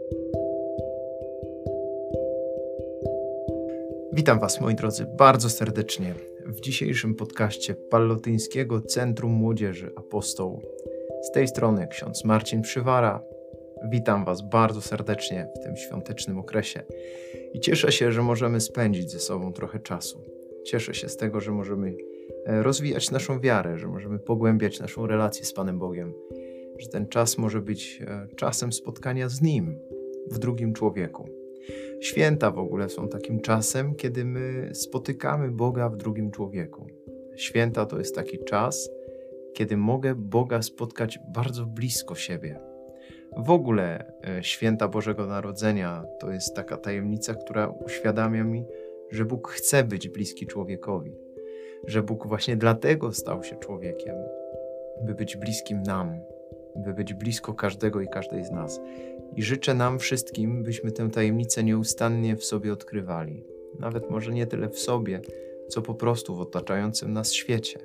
Witam Was, moi drodzy, bardzo serdecznie w dzisiejszym podcaście Pallotyńskiego Centrum Młodzieży Apostołu. Z tej strony ksiądz Marcin Przywara. Witam Was bardzo serdecznie w tym świątecznym okresie i cieszę się, że możemy spędzić ze sobą trochę czasu. Cieszę się z tego, że możemy rozwijać naszą wiarę, że możemy pogłębiać naszą relację z Panem Bogiem, że ten czas może być czasem spotkania z Nim w drugim człowieku. Święta w ogóle są takim czasem, kiedy my spotykamy Boga w drugim człowieku. Święta to jest taki czas, kiedy mogę Boga spotkać bardzo blisko siebie. W ogóle święta Bożego Narodzenia to jest taka tajemnica, która uświadamia mi, że Bóg chce być bliski człowiekowi. Że Bóg właśnie dlatego stał się człowiekiem, by być bliskim nam, by być blisko każdego i każdej z nas. I życzę nam wszystkim, byśmy tę tajemnicę nieustannie w sobie odkrywali. Nawet może nie tyle w sobie, co po prostu w otaczającym nas świecie.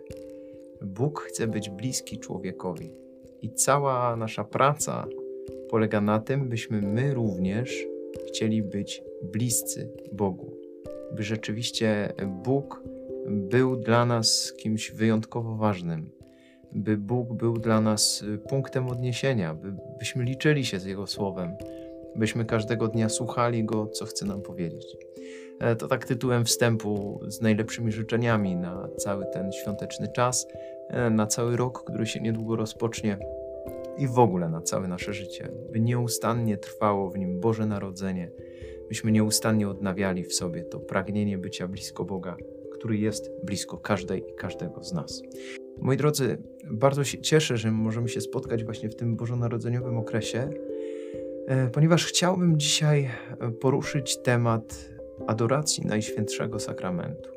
Bóg chce być bliski człowiekowi. I cała nasza praca polega na tym, byśmy my również chcieli być bliscy Bogu. By rzeczywiście Bóg był dla nas kimś wyjątkowo ważnym. By Bóg był dla nas punktem odniesienia, byśmy liczyli się z Jego Słowem, byśmy każdego dnia słuchali Go, co chce nam powiedzieć. To tak tytułem wstępu z najlepszymi życzeniami na cały ten świąteczny czas, na cały rok, który się niedługo rozpocznie i w ogóle na całe nasze życie, by nieustannie trwało w nim Boże Narodzenie, byśmy nieustannie odnawiali w sobie to pragnienie bycia blisko Boga, który jest blisko każdej i każdego z nas. Moi drodzy, bardzo się cieszę, że możemy się spotkać właśnie w tym bożonarodzeniowym okresie, ponieważ chciałbym dzisiaj poruszyć temat adoracji Najświętszego Sakramentu.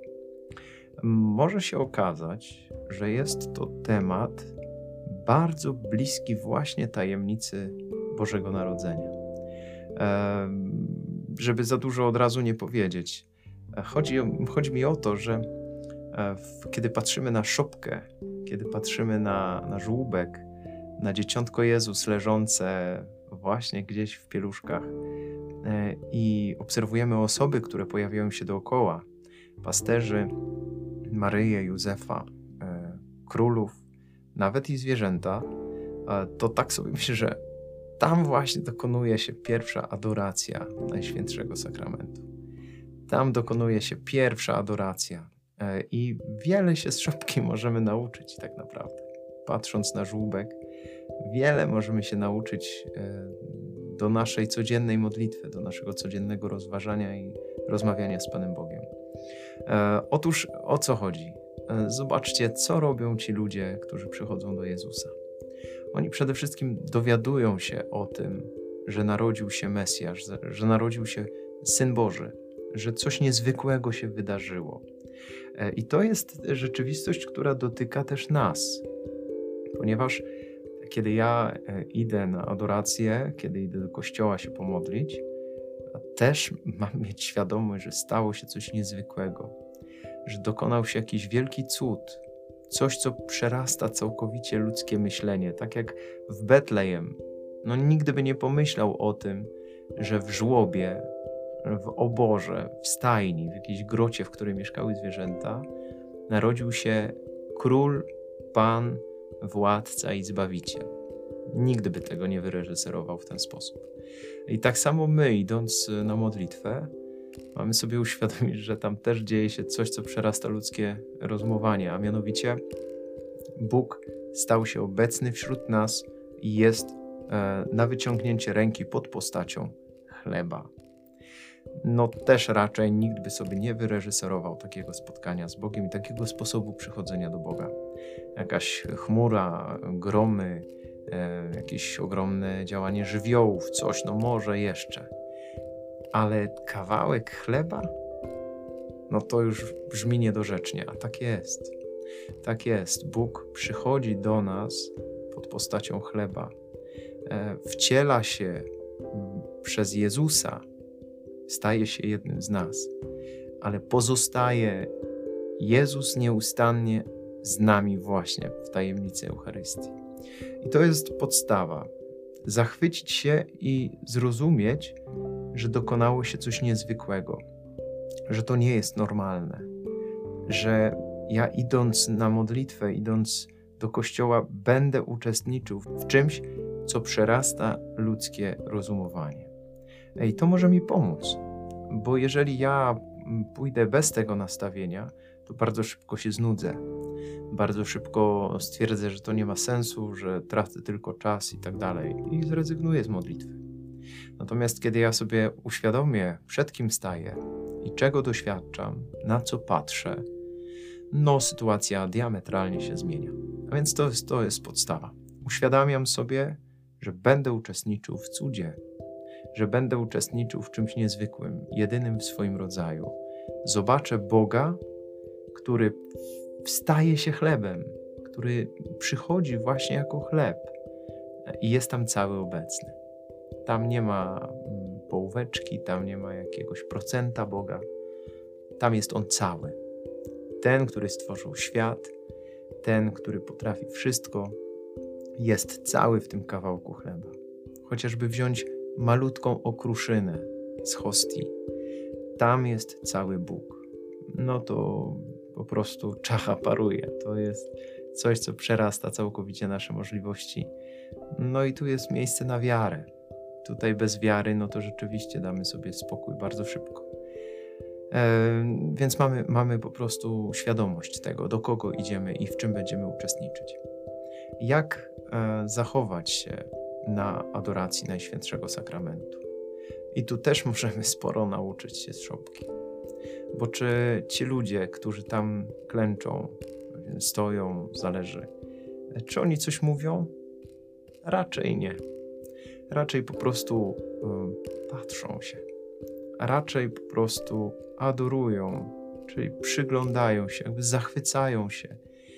Może się okazać, że jest to temat bardzo bliski właśnie tajemnicy Bożego Narodzenia. Żeby za dużo od razu nie powiedzieć, chodzi mi o to, że kiedy patrzymy na szopkę, kiedy patrzymy na żłóbek, na dzieciątko Jezus leżące właśnie gdzieś w pieluszkach i obserwujemy osoby, które pojawiają się dookoła, pasterzy, Maryję, Józefa, królów, nawet i zwierzęta, to tak sobie myślę, że tam właśnie dokonuje się pierwsza adoracja Najświętszego Sakramentu. Tam dokonuje się pierwsza adoracja. I wiele się z szopki możemy nauczyć tak naprawdę. Patrząc na żłóbek, wiele możemy się nauczyć do naszej codziennej modlitwy, do naszego codziennego rozważania i rozmawiania z Panem Bogiem. Otóż o co chodzi? Zobaczcie, co robią ci ludzie, którzy przychodzą do Jezusa. Oni przede wszystkim dowiadują się o tym, że narodził się Mesjasz, że narodził się Syn Boży, że coś niezwykłego się wydarzyło. I to jest rzeczywistość, która dotyka też nas, ponieważ kiedy ja idę na adorację, kiedy idę do kościoła się pomodlić, też mam mieć świadomość, że stało się coś niezwykłego, że dokonał się jakiś wielki cud, coś, co przerasta całkowicie ludzkie myślenie, tak jak w Betlejem. Nigdy by nie pomyślał o tym, że w żłobie, w oborze, w stajni, w jakiejś grocie, w której mieszkały zwierzęta, narodził się król, pan, władca i zbawiciel. Nigdy by tego nie wyreżyserował w ten sposób. I tak samo my, idąc na modlitwę, mamy sobie uświadomić, że tam też dzieje się coś, co przerasta ludzkie rozumowanie, a mianowicie Bóg stał się obecny wśród nas i jest na wyciągnięcie ręki pod postacią chleba. Też raczej nikt by sobie nie wyreżyserował takiego spotkania z Bogiem i takiego sposobu przychodzenia do Boga. Jakaś chmura, gromy, jakieś ogromne działanie żywiołów, coś, może jeszcze. Ale kawałek chleba? To już brzmi niedorzecznie, a tak jest. Tak jest. Bóg przychodzi do nas pod postacią chleba. Wciela się przez Jezusa, staje się jednym z nas, ale pozostaje Jezus nieustannie z nami właśnie w tajemnicy Eucharystii. I to jest podstawa. zachwycić się i zrozumieć, że dokonało się coś niezwykłego, że to nie jest normalne, że ja idąc na modlitwę, idąc do kościoła, będę uczestniczył w czymś, co przerasta ludzkie rozumowanie. I to może mi pomóc, bo jeżeli ja pójdę bez tego nastawienia, to bardzo szybko się znudzę. Bardzo szybko stwierdzę, że to nie ma sensu, że tracę tylko czas i tak dalej i zrezygnuję z modlitwy. Natomiast kiedy ja sobie uświadomię, przed kim staję i czego doświadczam, na co patrzę, sytuacja diametralnie się zmienia. A więc to jest podstawa. Uświadamiam sobie, że będę uczestniczył w cudzie, że będę uczestniczył w czymś niezwykłym, jedynym w swoim rodzaju. Zobaczę Boga, który staje się chlebem, który przychodzi właśnie jako chleb i jest tam cały obecny. Tam nie ma połóweczki, tam nie ma jakiegoś procenta Boga. Tam jest On cały. Ten, który stworzył świat, ten, który potrafi wszystko, jest cały w tym kawałku chleba. Chociażby wziąć malutką okruszynę z hostii. Tam jest cały Bóg. To po prostu czacha paruje. To jest coś, co przerasta całkowicie nasze możliwości. I tu jest miejsce na wiarę. Tutaj bez wiary, to rzeczywiście damy sobie spokój bardzo szybko. Więc mamy po prostu świadomość tego, do kogo idziemy i w czym będziemy uczestniczyć. Jak zachować się na adoracji Najświętszego Sakramentu? I tu też możemy sporo nauczyć się z szopki. Bo czy ci ludzie, którzy tam klęczą, stoją, zależy, czy oni coś mówią? Raczej nie. Raczej po prostu patrzą się. Raczej po prostu adorują, czyli przyglądają się, jakby zachwycają się,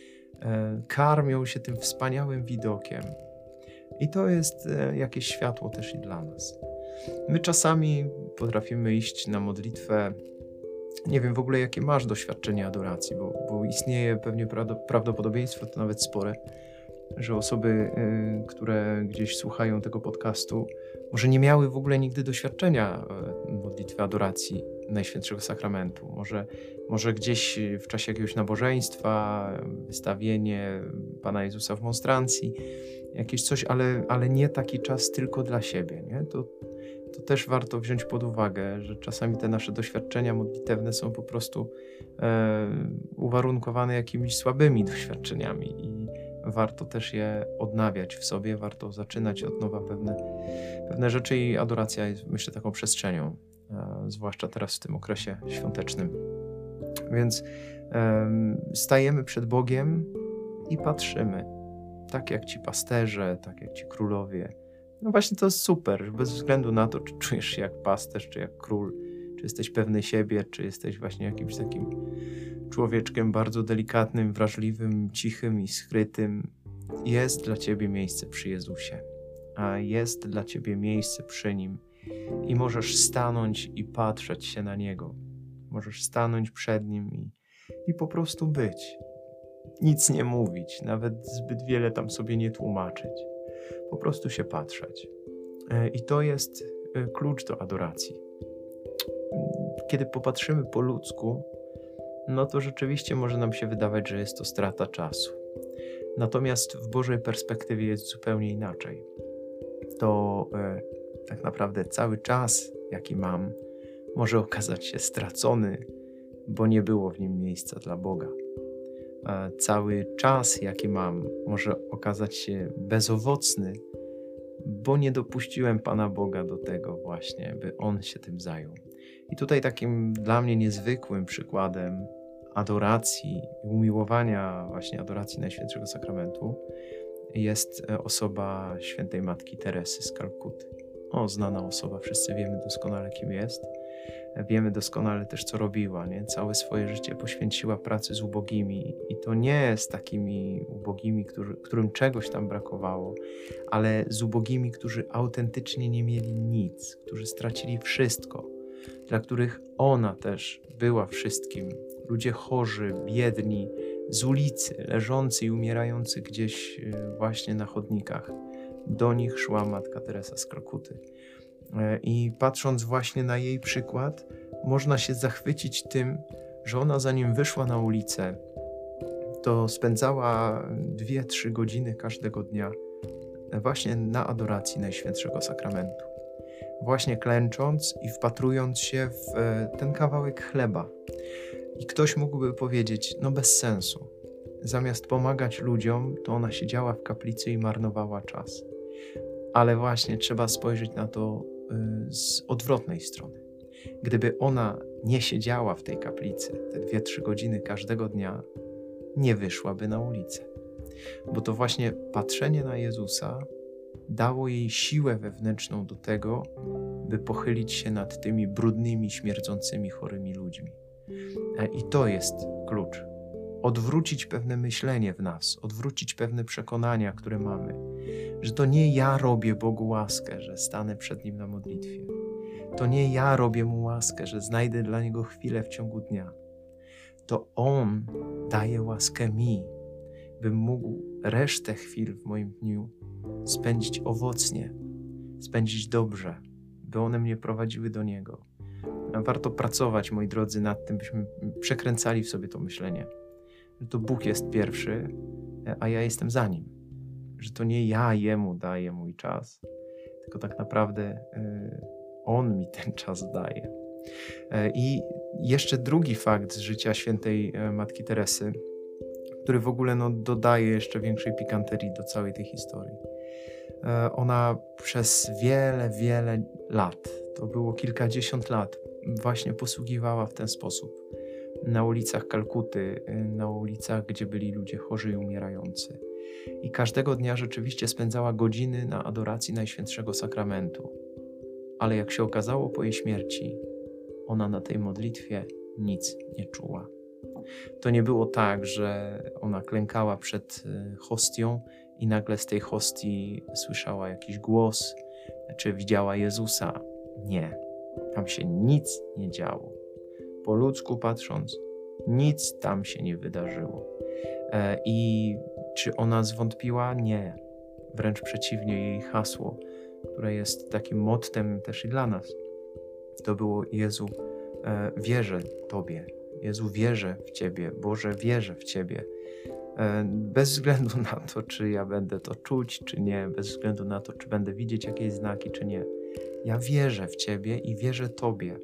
karmią się tym wspaniałym widokiem. I to jest jakieś światło też i dla nas. My czasami potrafimy iść na modlitwę. Nie wiem w ogóle, jakie masz doświadczenie adoracji, bo istnieje pewnie prawdopodobieństwo, to nawet spore, że osoby, które gdzieś słuchają tego podcastu, może nie miały w ogóle nigdy doświadczenia modlitwy adoracji Najświętszego Sakramentu. Może gdzieś w czasie jakiegoś nabożeństwa, wystawienie Pana Jezusa w monstrancji, jakieś coś, ale nie taki czas tylko dla siebie. Nie? To też warto wziąć pod uwagę, że czasami te nasze doświadczenia modlitewne są po prostu uwarunkowane jakimiś słabymi doświadczeniami i warto też je odnawiać w sobie, warto zaczynać od nowa pewne rzeczy i adoracja jest, myślę, taką przestrzenią, zwłaszcza teraz w tym okresie świątecznym. Więc stajemy przed Bogiem i patrzymy, tak jak ci pasterze, tak jak ci królowie. Właśnie to jest super, bez względu na to, czy czujesz się jak pasterz, czy jak król, czy jesteś pewny siebie, czy jesteś właśnie jakimś takim człowieczkiem bardzo delikatnym, wrażliwym, cichym i skrytym. Jest dla ciebie miejsce przy Jezusie, a jest dla ciebie miejsce przy Nim i możesz stanąć i patrzeć się na Niego. Możesz stanąć przed Nim i po prostu być. Nic nie mówić, nawet zbyt wiele tam sobie nie tłumaczyć. Po prostu się patrzeć. I to jest klucz do adoracji. Kiedy popatrzymy po ludzku, to rzeczywiście może nam się wydawać, że jest to strata czasu. Natomiast w Bożej perspektywie jest zupełnie inaczej. To tak naprawdę cały czas, jaki mam, może okazać się stracony, bo nie było w nim miejsca dla Boga. Cały czas, jaki mam, może okazać się bezowocny, bo nie dopuściłem Pana Boga do tego właśnie, by On się tym zajął. I tutaj takim dla mnie niezwykłym przykładem adoracji, umiłowania właśnie adoracji Najświętszego Sakramentu jest osoba świętej Matki Teresy z Kalkuty. Znana osoba, wszyscy wiemy doskonale, kim jest. Wiemy doskonale też, co robiła. Nie? Całe swoje życie poświęciła pracy z ubogimi i to nie z takimi ubogimi, którym czegoś tam brakowało, ale z ubogimi, którzy autentycznie nie mieli nic, którzy stracili wszystko, dla których ona też była wszystkim. Ludzie chorzy, biedni, z ulicy, leżący i umierający gdzieś właśnie na chodnikach. Do nich szła Matka Teresa z Kalkuty. I patrząc właśnie na jej przykład, można się zachwycić tym, że ona zanim wyszła na ulicę, to spędzała 2-3 godziny każdego dnia właśnie na adoracji Najświętszego Sakramentu. Właśnie klęcząc i wpatrując się w ten kawałek chleba. I ktoś mógłby powiedzieć, no bez sensu. Zamiast pomagać ludziom, to ona siedziała w kaplicy i marnowała czas. Ale właśnie trzeba spojrzeć na to z odwrotnej strony. Gdyby ona nie siedziała w tej kaplicy te 2-3 godziny każdego dnia, nie wyszłaby na ulicę. Bo to właśnie patrzenie na Jezusa dało jej siłę wewnętrzną do tego, by pochylić się nad tymi brudnymi, śmierdzącymi, chorymi ludźmi. I to jest klucz. Odwrócić pewne myślenie w nas, odwrócić pewne przekonania, które mamy, że to nie ja robię Bogu łaskę, że stanę przed Nim na modlitwie. To nie ja robię Mu łaskę, że znajdę dla Niego chwilę w ciągu dnia. To On daje łaskę mi, bym mógł resztę chwil w moim dniu spędzić owocnie, spędzić dobrze, by one mnie prowadziły do Niego. Warto pracować, moi drodzy, nad tym, byśmy przekręcali w sobie to myślenie, że to Bóg jest pierwszy, a ja jestem za Nim. Że to nie ja Jemu daję mój czas, tylko tak naprawdę On mi ten czas daje. I jeszcze drugi fakt z życia świętej Matki Teresy, który w ogóle dodaje jeszcze większej pikanterii do całej tej historii. Ona przez wiele lat, to było kilkadziesiąt lat, właśnie posługiwała w ten sposób na ulicach Kalkuty, na ulicach, gdzie byli ludzie chorzy i umierający. I każdego dnia rzeczywiście spędzała godziny na adoracji Najświętszego Sakramentu. Ale jak się okazało po jej śmierci, ona na tej modlitwie nic nie czuła. To nie było tak, że ona klękała przed hostią i nagle z tej hostii słyszała jakiś głos, czy widziała Jezusa. Nie, tam się nic nie działo. Po ludzku patrząc, nic tam się nie wydarzyło. I czy ona zwątpiła? Nie. Wręcz przeciwnie, jej hasło, które jest takim mottem też i dla nas, to było: Jezu, wierzę Tobie. Jezu, wierzę w Ciebie. Boże, wierzę w Ciebie. Bez względu na to, czy ja będę to czuć, czy nie, bez względu na to, czy będę widzieć jakieś znaki, czy nie. Ja wierzę w Ciebie i wierzę Tobie.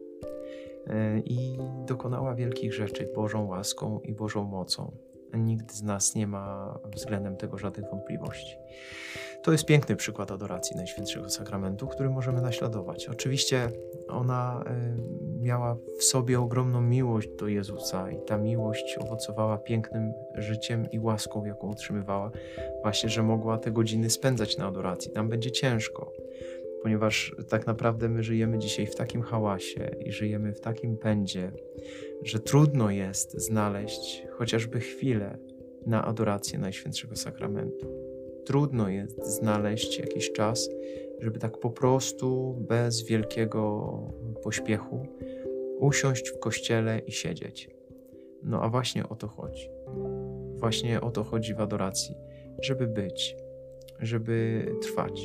I dokonała wielkich rzeczy Bożą łaską i Bożą mocą. Nikt z nas nie ma względem tego żadnych wątpliwości. To jest piękny przykład adoracji Najświętszego Sakramentu, który możemy naśladować. Oczywiście ona miała w sobie ogromną miłość do Jezusa i ta miłość owocowała pięknym życiem i łaską, jaką otrzymywała, właśnie, że mogła te godziny spędzać na adoracji. Tam będzie ciężko, ponieważ tak naprawdę my żyjemy dzisiaj w takim hałasie i żyjemy w takim pędzie, że trudno jest znaleźć chociażby chwilę na adorację Najświętszego Sakramentu. Trudno jest znaleźć jakiś czas, żeby tak po prostu, bez wielkiego pośpiechu, usiąść w kościele i siedzieć. No a właśnie o to chodzi. Właśnie o to chodzi w adoracji, żeby być, żeby trwać.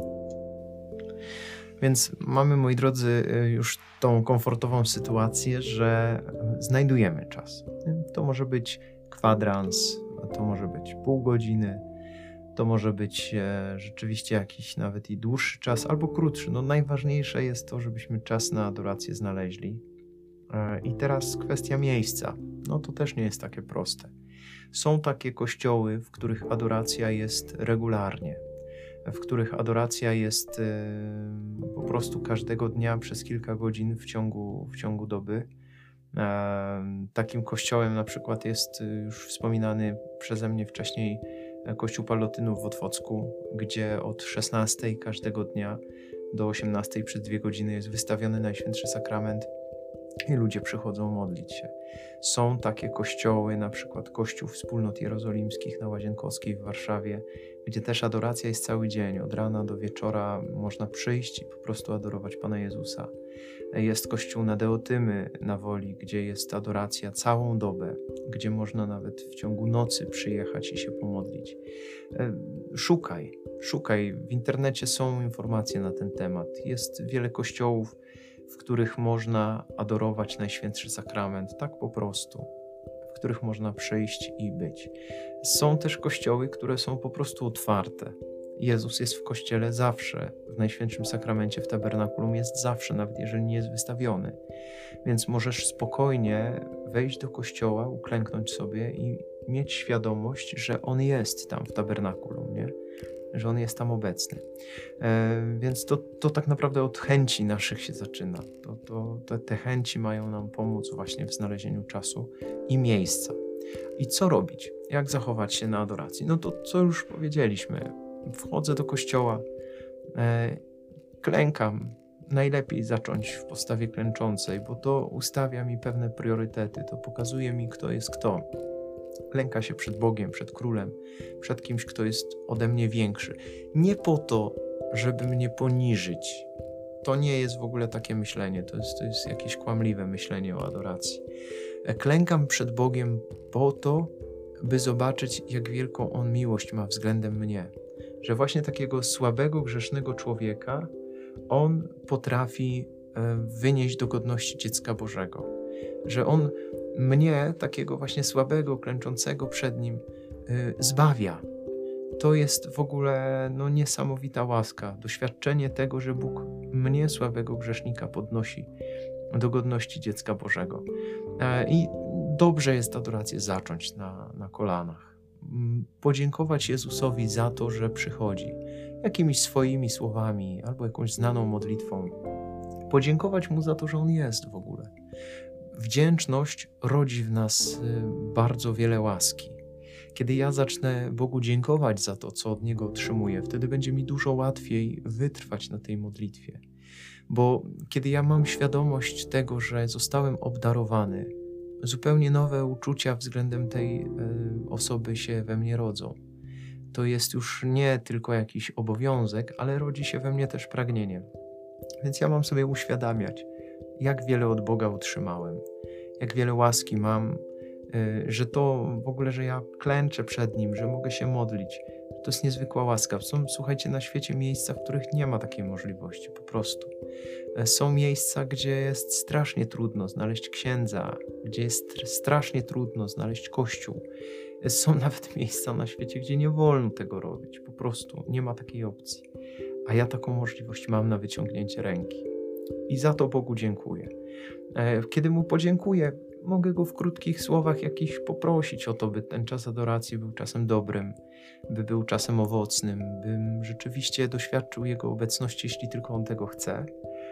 Więc mamy, moi drodzy, już tą komfortową sytuację, że znajdujemy czas. To może być kwadrans, to może być pół godziny, to może być rzeczywiście jakiś nawet i dłuższy czas, albo krótszy. No najważniejsze jest to, żebyśmy czas na adorację znaleźli. I teraz kwestia miejsca. No to też nie jest takie proste. Są takie kościoły, w których adoracja jest regularnie, w których adoracja jest po prostu każdego dnia przez kilka godzin w ciągu doby. Takim kościołem na przykład jest już wspominany przeze mnie wcześniej Kościół Palotynów w Otwocku, gdzie od 16 każdego dnia do 18 przez 2 godziny jest wystawiony Najświętszy Sakrament dzisiaj ludzie przychodzą modlić się. Są takie kościoły, na przykład Kościół Wspólnot Jerozolimskich na Łazienkowskiej w Warszawie, gdzie też adoracja jest cały dzień. Od rana do wieczora można przyjść i po prostu adorować Pana Jezusa. Jest kościół na Deotymy na Woli, gdzie jest adoracja całą dobę, gdzie można nawet w ciągu nocy przyjechać i się pomodlić. Szukaj. W internecie są informacje na ten temat. Jest wiele kościołów, w których można adorować Najświętszy Sakrament, tak po prostu, w których można przyjść i być. Są też kościoły, które są po prostu otwarte. Jezus jest w kościele zawsze, w Najświętszym Sakramencie, w tabernakulum jest zawsze, nawet jeżeli nie jest wystawiony. Więc możesz spokojnie wejść do kościoła, uklęknąć sobie i mieć świadomość, że On jest tam w tabernakulum, nie? Że On jest tam obecny. Więc to tak naprawdę od chęci naszych się zaczyna. Te chęci mają nam pomóc właśnie w znalezieniu czasu i miejsca. I co robić? Jak zachować się na adoracji? No to co już powiedzieliśmy. Wchodzę do kościoła, klękam. Najlepiej zacząć w postawie klęczącej, bo to ustawia mi pewne priorytety, to pokazuje mi, kto jest kto. Lęka się przed Bogiem, przed Królem, przed kimś, kto jest ode mnie większy. Nie po to, żeby mnie poniżyć. To nie jest w ogóle takie myślenie, to jest jakieś kłamliwe myślenie o adoracji. Klękam przed Bogiem po to, by zobaczyć, jak wielką On miłość ma względem mnie. Że właśnie takiego słabego, grzesznego człowieka On potrafi wynieść do godności dziecka Bożego. Że On mnie, takiego właśnie słabego, klęczącego przed Nim, zbawia. To jest w ogóle niesamowita łaska. Doświadczenie tego, że Bóg mnie, słabego grzesznika, podnosi do godności dziecka Bożego. I dobrze jest adorację zacząć na kolanach. Podziękować Jezusowi za to, że przychodzi. Jakimiś swoimi słowami albo jakąś znaną modlitwą. Podziękować Mu za to, że On jest w ogóle. Wdzięczność rodzi w nas bardzo wiele łaski. Kiedy ja zacznę Bogu dziękować za to, co od Niego otrzymuję, wtedy będzie mi dużo łatwiej wytrwać na tej modlitwie. Bo kiedy ja mam świadomość tego, że zostałem obdarowany, zupełnie nowe uczucia względem tej osoby się we mnie rodzą. To jest już nie tylko jakiś obowiązek, ale rodzi się we mnie też pragnienie. Więc ja mam sobie uświadamiać, jak wiele od Boga otrzymałem, jak wiele łaski mam, że to w ogóle, że ja klęczę przed Nim, że mogę się modlić. To jest niezwykła łaska. Są, słuchajcie, na świecie miejsca, w których nie ma takiej możliwości, po prostu. Są miejsca, gdzie jest strasznie trudno znaleźć księdza, gdzie jest strasznie trudno znaleźć kościół. Są nawet miejsca na świecie, gdzie nie wolno tego robić, po prostu nie ma takiej opcji. A ja taką możliwość mam na wyciągnięcie ręki. I za to Bogu dziękuję. Kiedy Mu podziękuję, mogę Go w krótkich słowach jakichś poprosić o to, by ten czas adoracji był czasem dobrym, by był czasem owocnym, bym rzeczywiście doświadczył Jego obecności, jeśli tylko On tego chce.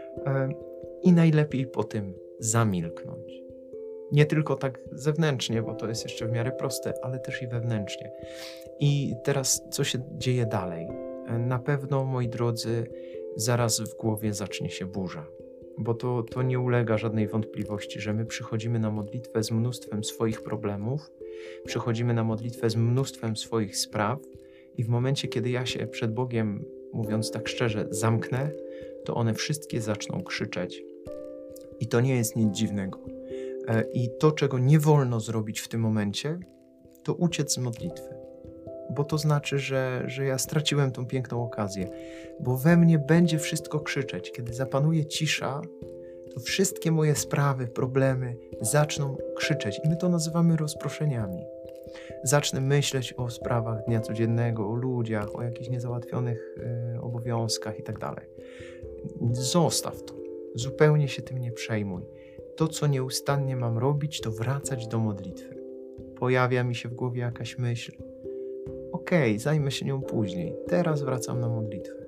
I najlepiej po tym zamilknąć. Nie tylko tak zewnętrznie, bo to jest jeszcze w miarę proste, ale też i wewnętrznie. I teraz co się dzieje dalej? Na pewno, moi drodzy, zaraz w głowie zacznie się burza. Bo to nie ulega żadnej wątpliwości, że my przychodzimy na modlitwę z mnóstwem swoich problemów, przychodzimy na modlitwę z mnóstwem swoich spraw i w momencie, kiedy ja się przed Bogiem, mówiąc tak szczerze, zamknę, to one wszystkie zaczną krzyczeć. I to nie jest nic dziwnego. I to, czego nie wolno zrobić w tym momencie, to uciec z modlitwy. Bo to znaczy, że ja straciłem tą piękną okazję. Bo we mnie będzie wszystko krzyczeć. Kiedy zapanuje cisza, to wszystkie moje sprawy, problemy zaczną krzyczeć. I my to nazywamy rozproszeniami. Zacznę myśleć o sprawach dnia codziennego, o ludziach, o jakichś niezałatwionych obowiązkach i tak dalej. Zostaw to. Zupełnie się tym nie przejmuj. To, co nieustannie mam robić, to wracać do modlitwy. Pojawia mi się w głowie jakaś myśl. Okej, zajmę się nią później. Teraz wracam na modlitwę.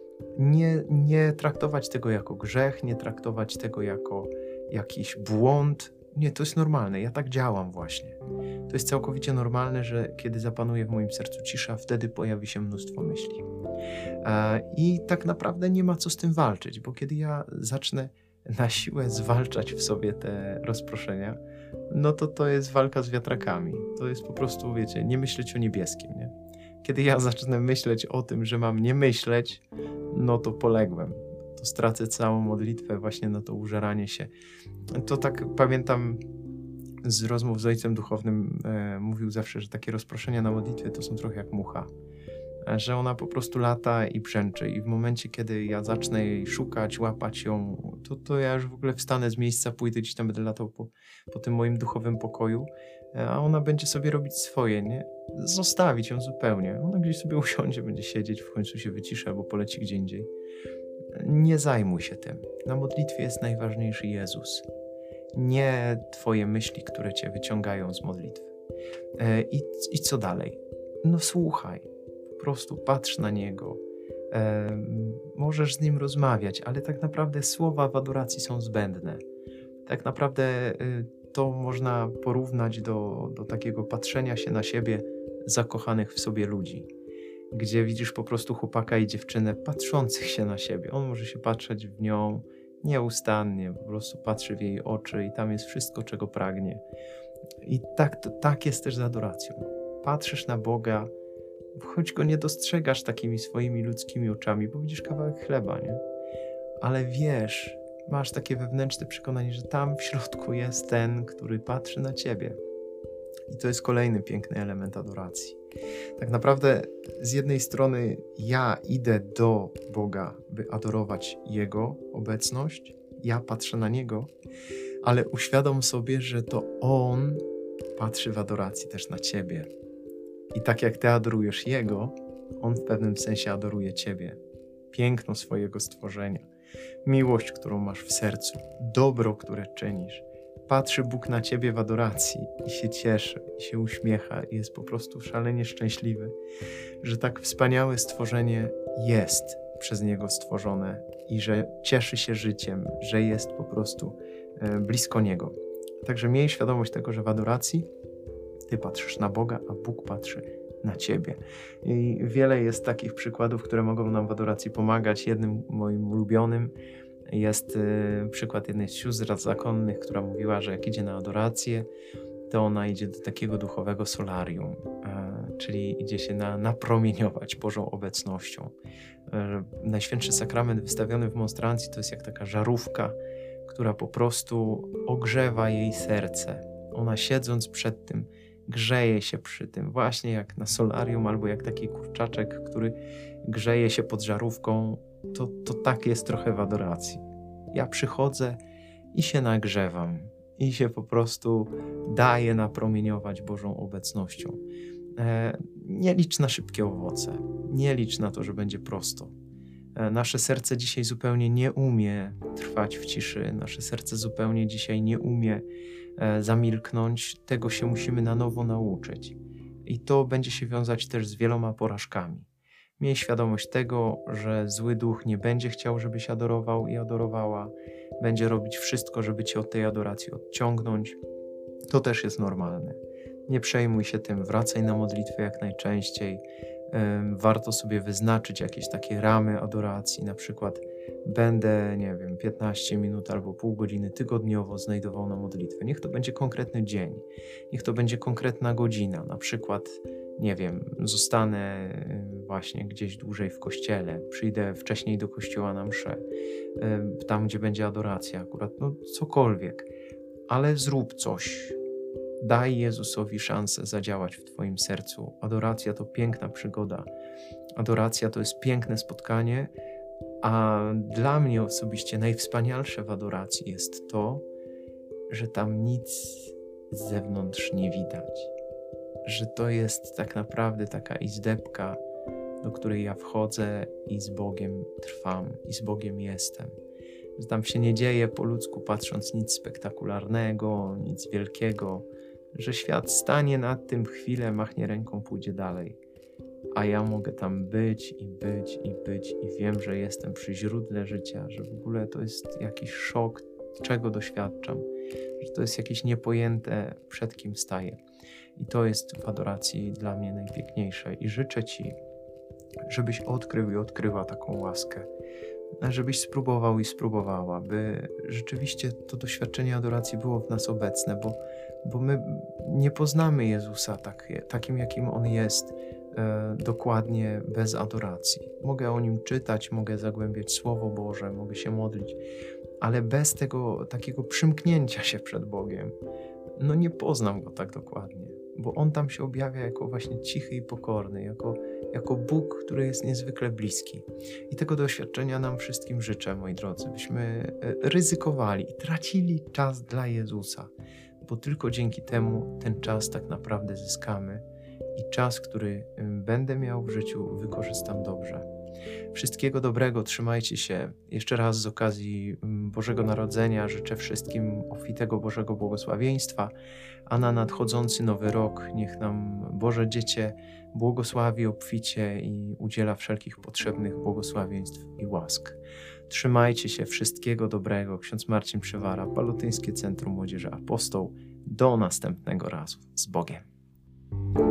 Nie traktować tego jako grzech, nie traktować tego jako jakiś błąd. Nie, to jest normalne. Ja tak działam właśnie. To jest całkowicie normalne, że kiedy zapanuje w moim sercu cisza, wtedy pojawi się mnóstwo myśli. I tak naprawdę nie ma co z tym walczyć, bo kiedy ja zacznę na siłę zwalczać w sobie te rozproszenia, no to jest walka z wiatrakami. To jest po prostu, wiecie, nie myśleć o niebieskim, nie? Kiedy ja zacznę myśleć o tym, że mam nie myśleć, no to poległem. To stracę całą modlitwę właśnie na to użeranie się. To tak pamiętam z rozmów z ojcem duchownym, mówił zawsze, że takie rozproszenia na modlitwie to są trochę jak mucha. Że ona po prostu lata i brzęczy i w momencie, kiedy ja zacznę jej szukać, łapać ją, to ja już w ogóle wstanę z miejsca, pójdę gdzieś tam, będę latał po tym moim duchowym pokoju, a ona będzie sobie robić swoje, nie? Zostawić ją zupełnie. Ona gdzieś sobie usiądzie, będzie siedzieć, w końcu się wyciszy albo poleci gdzie indziej. Nie zajmuj się tym. Na modlitwie jest najważniejszy Jezus. Nie twoje myśli, które cię wyciągają z modlitwy. I co dalej? No słuchaj. Po prostu patrz na Niego. Możesz z Nim rozmawiać, ale tak naprawdę słowa w adoracji są zbędne. Tak naprawdę to można porównać do takiego patrzenia się na siebie zakochanych w sobie ludzi, gdzie widzisz po prostu chłopaka i dziewczynę patrzących się na siebie. On może się patrzeć w nią nieustannie, po prostu patrzy w jej oczy i tam jest wszystko, czego pragnie. I tak jest też z adoracją. Patrzysz na Boga, choć Go nie dostrzegasz takimi swoimi ludzkimi oczami, bo widzisz kawałek chleba, nie? Ale wiesz, masz takie wewnętrzne przekonanie, że tam w środku jest ten, który patrzy na ciebie. I to jest kolejny piękny element adoracji. Tak naprawdę z jednej strony ja idę do Boga, by adorować Jego obecność, ja patrzę na Niego, ale uświadom sobie, że to On patrzy w adoracji też na ciebie. I tak jak ty adorujesz Jego, On w pewnym sensie adoruje ciebie. Piękno swojego stworzenia, miłość, którą masz w sercu, dobro, które czynisz. Patrzy Bóg na ciebie w adoracji i się cieszy, i się uśmiecha i jest po prostu szalenie szczęśliwy, że tak wspaniałe stworzenie jest przez Niego stworzone i że cieszy się życiem, że jest po prostu blisko Niego. Także miej świadomość tego, że w adoracji ty patrzysz na Boga, a Bóg patrzy na ciebie. I wiele jest takich przykładów, które mogą nam w adoracji pomagać. Jednym moim ulubionym jest przykład jednej z sióstr zakonnych, która mówiła, że jak idzie na adorację, to ona idzie do takiego duchowego solarium, czyli idzie się napromieniować Bożą obecnością. Najświętszy sakrament wystawiony w monstrancji to jest jak taka żarówka, która po prostu ogrzewa jej serce. Ona siedząc przed tym, grzeje się przy tym, właśnie jak na solarium albo jak taki kurczaczek, który grzeje się pod żarówką, to tak jest trochę w adoracji. Ja przychodzę i się nagrzewam i się po prostu daję napromieniować Bożą obecnością. Nie licz na szybkie owoce, nie licz na to, że będzie prosto. Nasze serce dzisiaj zupełnie nie umie trwać w ciszy, nasze serce zupełnie dzisiaj nie umie zamilknąć, tego się musimy na nowo nauczyć. I to będzie się wiązać też z wieloma porażkami. Miej świadomość tego, że zły duch nie będzie chciał, żebyś adorował i adorowała, będzie robić wszystko, żeby cię od tej adoracji odciągnąć. To też jest normalne. Nie przejmuj się tym, wracaj na modlitwę jak najczęściej. Warto sobie wyznaczyć jakieś takie ramy adoracji, na przykład będę, 15 minut albo pół godziny tygodniowo znajdował na modlitwę. Niech to będzie konkretny dzień, niech to będzie konkretna godzina, na przykład, zostanę właśnie gdzieś dłużej w kościele, przyjdę wcześniej do kościoła na mszę, tam gdzie będzie adoracja akurat, cokolwiek, ale zrób coś. Daj Jezusowi szansę zadziałać w twoim sercu. Adoracja to piękna przygoda. Adoracja to jest piękne spotkanie, a dla mnie osobiście najwspanialsze w adoracji jest to, że tam nic z zewnątrz nie widać. Że to jest tak naprawdę taka izdebka, do której ja wchodzę i z Bogiem trwam, i z Bogiem jestem. Że tam się nie dzieje po ludzku patrząc nic spektakularnego, nic wielkiego, że świat stanie nad tym chwilę, machnie ręką, pójdzie dalej. A ja mogę tam być i wiem, że jestem przy źródle życia, że w ogóle to jest jakiś szok, czego doświadczam, że to jest jakieś niepojęte, przed kim staję. I to jest w adoracji dla mnie najpiękniejsze i życzę ci, żebyś odkrył i odkryła taką łaskę, żebyś spróbował i spróbowała, by rzeczywiście to doświadczenie adoracji było w nas obecne, bo my nie poznamy Jezusa takim, jakim On jest, dokładnie bez adoracji. Mogę o Nim czytać, mogę zagłębiać Słowo Boże, mogę się modlić, ale bez tego takiego przymknięcia się przed Bogiem, no nie poznam Go tak dokładnie, bo On tam się objawia jako właśnie cichy i pokorny, jako Bóg, który jest niezwykle bliski. I tego doświadczenia nam wszystkim życzę, moi drodzy, byśmy ryzykowali i tracili czas dla Jezusa, bo tylko dzięki temu ten czas tak naprawdę zyskamy i czas, który będę miał w życiu, wykorzystam dobrze. Wszystkiego dobrego, trzymajcie się. Jeszcze raz z okazji Bożego Narodzenia życzę wszystkim obfitego Bożego błogosławieństwa, a na nadchodzący nowy rok niech nam Boże Dziecię błogosławi obficie i udziela wszelkich potrzebnych błogosławieństw i łask. Trzymajcie się, wszystkiego dobrego. Ksiądz Marcin Przywara, Palutyńskie Centrum Młodzieży Apostoł. Do następnego razu. Z Bogiem.